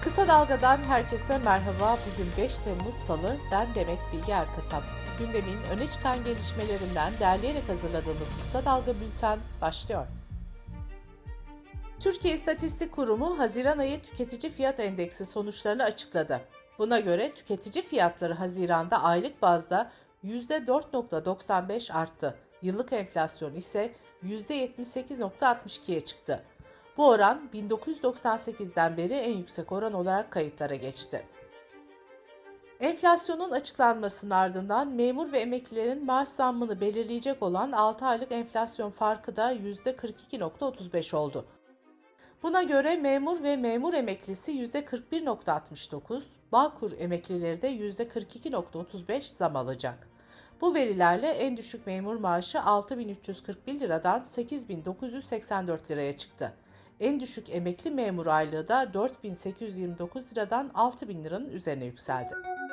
Kısa Dalga'dan herkese merhaba. Bugün 5 Temmuz Salı, ben Demet Bilge Erkasap. Gündemin öne çıkan gelişmelerinden derleyerek hazırladığımız Kısa Dalga Bülten başlıyor. Türkiye İstatistik Kurumu Haziran ayı tüketici fiyat endeksi sonuçlarını açıkladı. Buna göre tüketici fiyatları Haziran'da aylık bazda %4,95 arttı. Yıllık enflasyon ise %78,62'ye çıktı. Bu oran 1998'den beri en yüksek oran olarak kayıtlara geçti. Enflasyonun açıklanmasının ardından memur ve emeklilerin maaş zammını belirleyecek olan 6 aylık enflasyon farkı da %42,35 oldu. Buna göre memur ve memur emeklisi %41,69, Bağkur emeklileri de %42,35 zam alacak. Bu verilerle en düşük memur maaşı 6.341 liradan 8.984 liraya çıktı. En düşük emekli memur aylığı da 4.829 liradan 6.000 liranın üzerine yükseldi.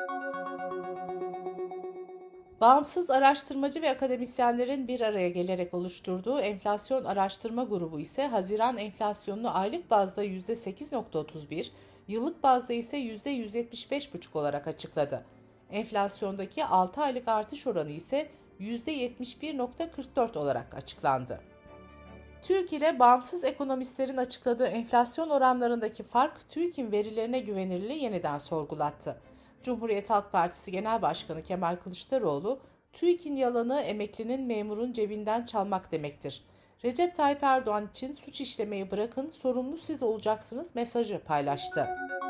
Bağımsız araştırmacı ve akademisyenlerin bir araya gelerek oluşturduğu enflasyon araştırma grubu ise Haziran enflasyonunu aylık bazda %8,31, yıllık bazda ise %175,5 olarak açıkladı. Enflasyondaki 6 aylık artış oranı ise %71,44 olarak açıklandı. TÜİK ile bağımsız ekonomistlerin açıkladığı enflasyon oranlarındaki fark TÜİK'in verilerine güvenilirliği yeniden sorgulattı. Cumhuriyet Halk Partisi Genel Başkanı Kemal Kılıçdaroğlu, TÜİK'in yalanı emeklinin memurun cebinden çalmak demektir. Recep Tayyip Erdoğan için suç işlemeyi bırakın, sorumlu siz olacaksınız mesajı paylaştı.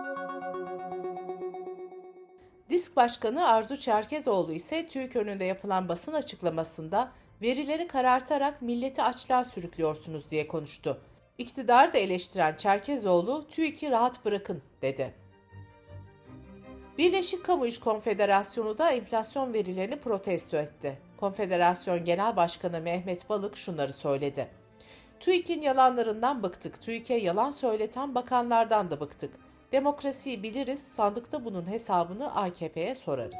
DİSK Başkanı Arzu Çerkezoğlu ise TÜİK önünde yapılan basın açıklamasında verileri karartarak milleti açlığa sürüklüyorsunuz diye konuştu. İktidarı da eleştiren Çerkezoğlu, TÜİK'i rahat bırakın dedi. Birleşik Kamu İş Konfederasyonu da enflasyon verilerini protesto etti. Konfederasyon Genel Başkanı Mehmet Balık şunları söyledi. TÜİK'in yalanlarından bıktık, TÜİK'e yalan söyleten bakanlardan da bıktık. Demokrasiyi biliriz, sandıkta bunun hesabını AKP'ye sorarız.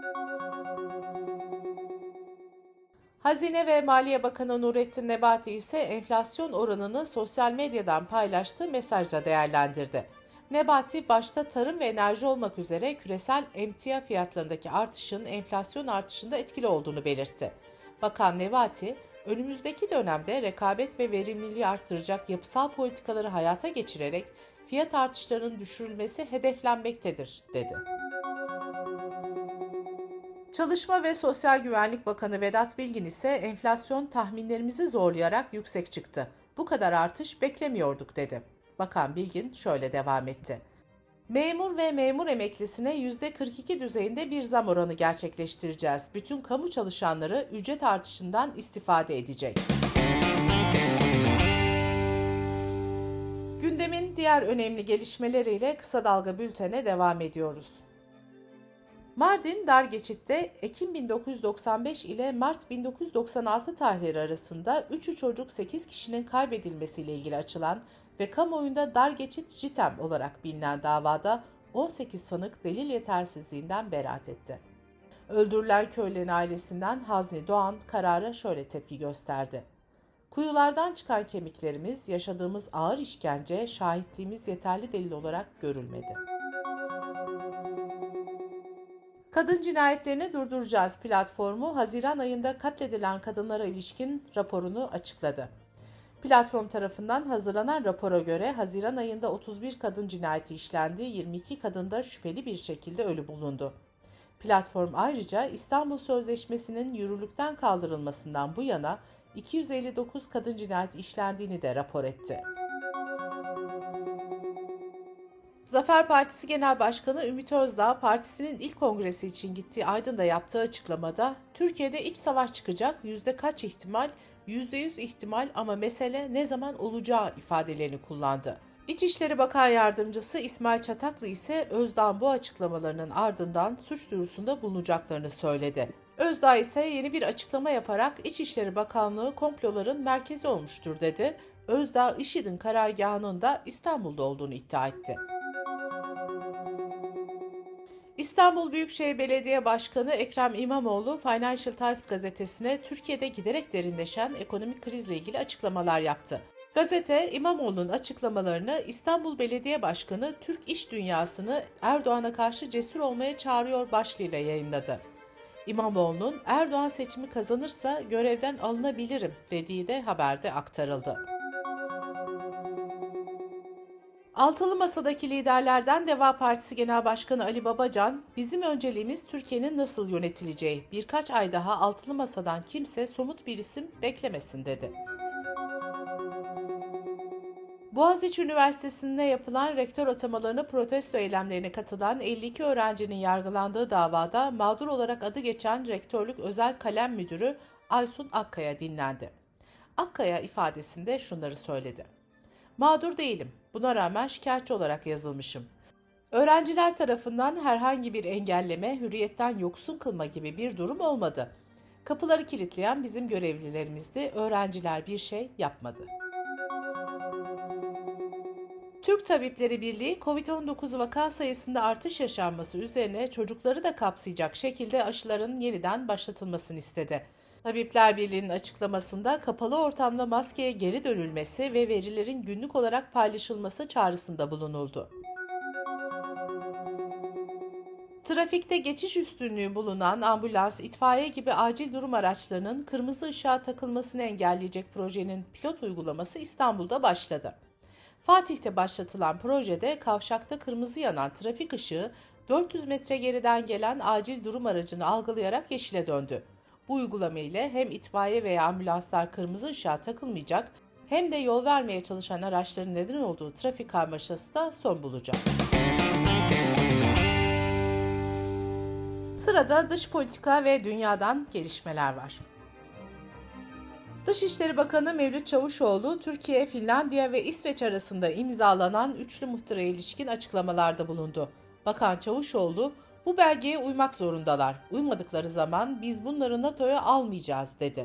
Hazine ve Maliye Bakanı Nurettin Nebati ise enflasyon oranını sosyal medyadan paylaştığı mesajla değerlendirdi. Nebati, başta tarım ve enerji olmak üzere küresel emtia fiyatlarındaki artışın enflasyon artışında etkili olduğunu belirtti. Bakan Nebati, önümüzdeki dönemde rekabet ve verimliliği artıracak yapısal politikaları hayata geçirerek fiyat artışlarının düşürülmesi hedeflenmektedir, dedi. Çalışma ve Sosyal Güvenlik Bakanı Vedat Bilgin ise enflasyon tahminlerimizi zorlayarak yüksek çıktı. Bu kadar artış beklemiyorduk dedi. Bakan Bilgin şöyle devam etti. Memur ve memur emeklisine %42 düzeyinde bir zam oranı gerçekleştireceğiz. Bütün kamu çalışanları ücret artışından istifade edecek. Gündemin diğer önemli gelişmeleriyle Kısa Dalga Bülten'e devam ediyoruz. Mardin Dargeçit'te Ekim 1995 ile Mart 1996 tarihleri arasında 3'ü çocuk 8 kişinin kaybedilmesiyle ilgili açılan ve kamuoyunda Dargeçit JITEM olarak bilinen davada 18 sanık delil yetersizliğinden beraat etti. Öldürülen köylülerin ailesinden Hazni Doğan karara şöyle tepki gösterdi. Kuyulardan çıkan kemiklerimiz, yaşadığımız ağır işkence, şahitliğimiz yeterli delil olarak görülmedi. Kadın cinayetlerini durduracağız platformu Haziran ayında katledilen kadınlara ilişkin raporunu açıkladı. Platform tarafından hazırlanan rapora göre Haziran ayında 31 kadın cinayeti işlendi, 22 kadında şüpheli bir şekilde ölü bulundu. Platform ayrıca İstanbul Sözleşmesi'nin yürürlükten kaldırılmasından bu yana 259 kadın cinayeti işlendiğini de rapor etti. Zafer Partisi Genel Başkanı Ümit Özdağ, partisinin ilk kongresi için gittiği Aydın'da yaptığı açıklamada, Türkiye'de iç savaş çıkacak, yüzde kaç ihtimal, %100 ihtimal ama mesele ne zaman olacağı ifadelerini kullandı. İçişleri Bakan Yardımcısı İsmail Çataklı ise Özdağ'ın bu açıklamalarının ardından suç duyurusunda bulunacaklarını söyledi. Özdağ ise yeni bir açıklama yaparak İçişleri Bakanlığı komploların merkezi olmuştur dedi. Özdağ, IŞİD'in karargahının da İstanbul'da olduğunu iddia etti. İstanbul Büyükşehir Belediye Başkanı Ekrem İmamoğlu, Financial Times gazetesine Türkiye'de giderek derinleşen ekonomik krizle ilgili açıklamalar yaptı. Gazete, İmamoğlu'nun açıklamalarını İstanbul Belediye Başkanı Türk iş dünyasını Erdoğan'a karşı cesur olmaya çağırıyor başlığıyla yayınladı. İmamoğlu'nun Erdoğan seçimi kazanırsa görevden alınabilirim dediği de haberde aktarıldı. Altılı Masa'daki liderlerden Deva Partisi Genel Başkanı Ali Babacan, "Bizim önceliğimiz Türkiye'nin nasıl yönetileceği. Birkaç ay daha Altılı Masa'dan kimse somut bir isim beklemesin." dedi. Boğaziçi Üniversitesi'nde yapılan rektör atamalarına protesto eylemlerine katılan 52 öğrencinin yargılandığı davada mağdur olarak adı geçen Rektörlük Özel Kalem Müdürü Aysun Akkaya dinlendi. Akkaya ifadesinde şunları söyledi. "Mağdur değilim. Buna rağmen şikayetçi olarak yazılmışım. Öğrenciler tarafından herhangi bir engelleme, hürriyetten yoksun kılma gibi bir durum olmadı. Kapıları kilitleyen bizim görevlilerimizdi. Öğrenciler bir şey yapmadı." Türk Tabipleri Birliği, COVID-19 vaka sayısında artış yaşanması üzerine çocukları da kapsayacak şekilde aşıların yeniden başlatılmasını istedi. Tabipler Birliği'nin açıklamasında kapalı ortamda maskeye geri dönülmesi ve verilerin günlük olarak paylaşılması çağrısında bulunuldu. Trafikte geçiş üstünlüğü bulunan ambulans, itfaiye gibi acil durum araçlarının kırmızı ışığa takılmasını engelleyecek projenin pilot uygulaması İstanbul'da başladı. Fatih'te başlatılan projede kavşakta kırmızı yanan trafik ışığı 400 metre geriden gelen acil durum aracını algılayarak yeşile döndü. Bu uygulama ile hem itfaiye veya ambulanslar kırmızı ışığa takılmayacak hem de yol vermeye çalışan araçların neden olduğu trafik karmaşası da son bulacak. Sırada dış politika ve dünyadan gelişmeler var. Dışişleri Bakanı Mevlüt Çavuşoğlu, Türkiye, Finlandiya ve İsveç arasında imzalanan üçlü muhtıraya ilişkin açıklamalarda bulundu. Bakan Çavuşoğlu, "Bu belgeye uymak zorundalar. Uymadıkları zaman biz bunları NATO'ya almayacağız." dedi.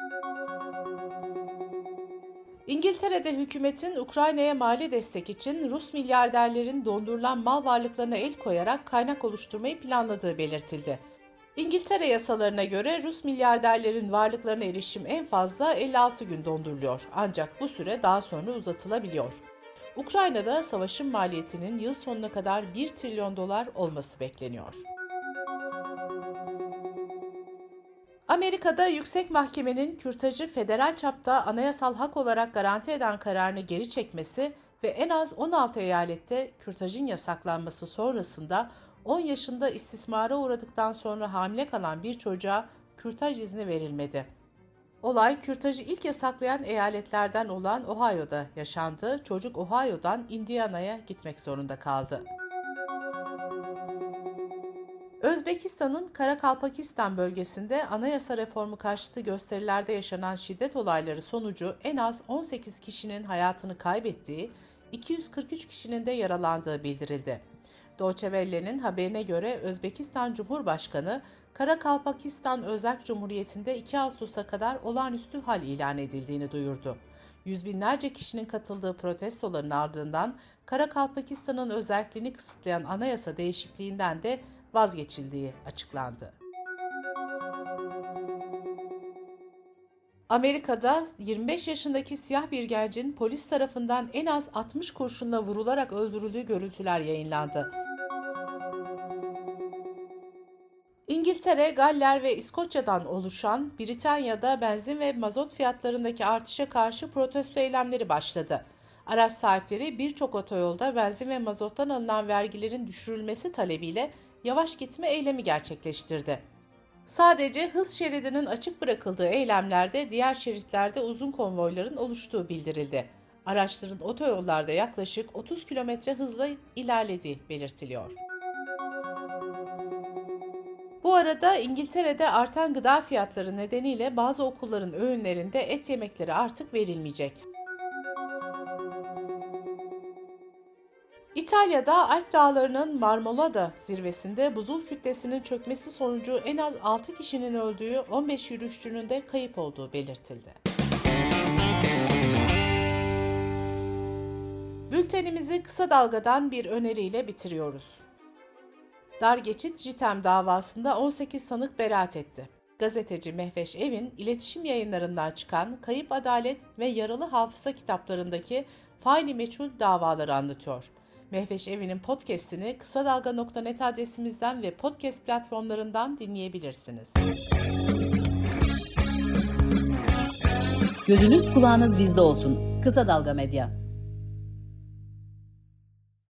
İngiltere'de hükümetin Ukrayna'ya mali destek için Rus milyarderlerin dondurulan mal varlıklarına el koyarak kaynak oluşturmayı planladığı belirtildi. İngiltere yasalarına göre Rus milyarderlerin varlıklarına erişim en fazla 56 gün donduruluyor. Ancak bu süre daha sonra uzatılabiliyor. Ukrayna'da savaşın maliyetinin yıl sonuna kadar 1 trilyon dolar olması bekleniyor. Amerika'da Yüksek Mahkemenin kürtajı federal çapta anayasal hak olarak garanti eden kararını geri çekmesi ve en az 16 eyalette kürtajın yasaklanması sonrasında 10 yaşında istismara uğradıktan sonra hamile kalan bir çocuğa kürtaj izni verilmedi. Olay, kürtajı ilk yasaklayan eyaletlerden olan Ohio'da yaşandı. Çocuk Ohio'dan Indiana'ya gitmek zorunda kaldı. Özbekistan'ın Karakalpakistan bölgesinde anayasa reformu karşıtı gösterilerde yaşanan şiddet olayları sonucu en az 18 kişinin hayatını kaybettiği, 243 kişinin de yaralandığı bildirildi. Deutsche Welle'nin haberine göre Özbekistan Cumhurbaşkanı, Karakalpakistan Özerk Cumhuriyeti'nde 2 Ağustos'a kadar olağanüstü hal ilan edildiğini duyurdu. Yüz binlerce kişinin katıldığı protestoların ardından Karakalpakistan'ın özerkliğini kısıtlayan anayasa değişikliğinden de vazgeçildiği açıklandı. Amerika'da 25 yaşındaki siyah bir gencin polis tarafından en az 60 kurşunla vurularak öldürüldüğü görüntüler yayınlandı. İngiltere, Galler ve İskoçya'dan oluşan Britanya'da benzin ve mazot fiyatlarındaki artışa karşı protesto eylemleri başladı. Araç sahipleri birçok otoyolda benzin ve mazottan alınan vergilerin düşürülmesi talebiyle yavaş gitme eylemi gerçekleştirdi. Sadece hız şeridinin açık bırakıldığı eylemlerde diğer şeritlerde uzun konvoyların oluştuğu bildirildi. Araçların otoyollarda yaklaşık 30 km hızla ilerlediği belirtiliyor. Bu arada İngiltere'de artan gıda fiyatları nedeniyle bazı okulların öğünlerinde et yemekleri artık verilmeyecek. İtalya'da Alp Dağları'nın Marmolada zirvesinde buzul kütlesinin çökmesi sonucu en az 6 kişinin öldüğü, 15 yürüyüşçünün de kayıp olduğu belirtildi. Bültenimizi kısa dalgadan bir öneriyle bitiriyoruz. Dar geçit JITEM davasında 18 sanık beraat etti. Gazeteci Mehveş Evin, iletişim yayınlarından çıkan Kayıp Adalet ve Yaralı Hafıza kitaplarındaki faili meçhul davaları anlatıyor. Mehveş Evin'in podcast'ini kısadalga.net adresimizden ve podcast platformlarından dinleyebilirsiniz. Gözünüz kulağınız bizde olsun. Kısa Dalga Medya.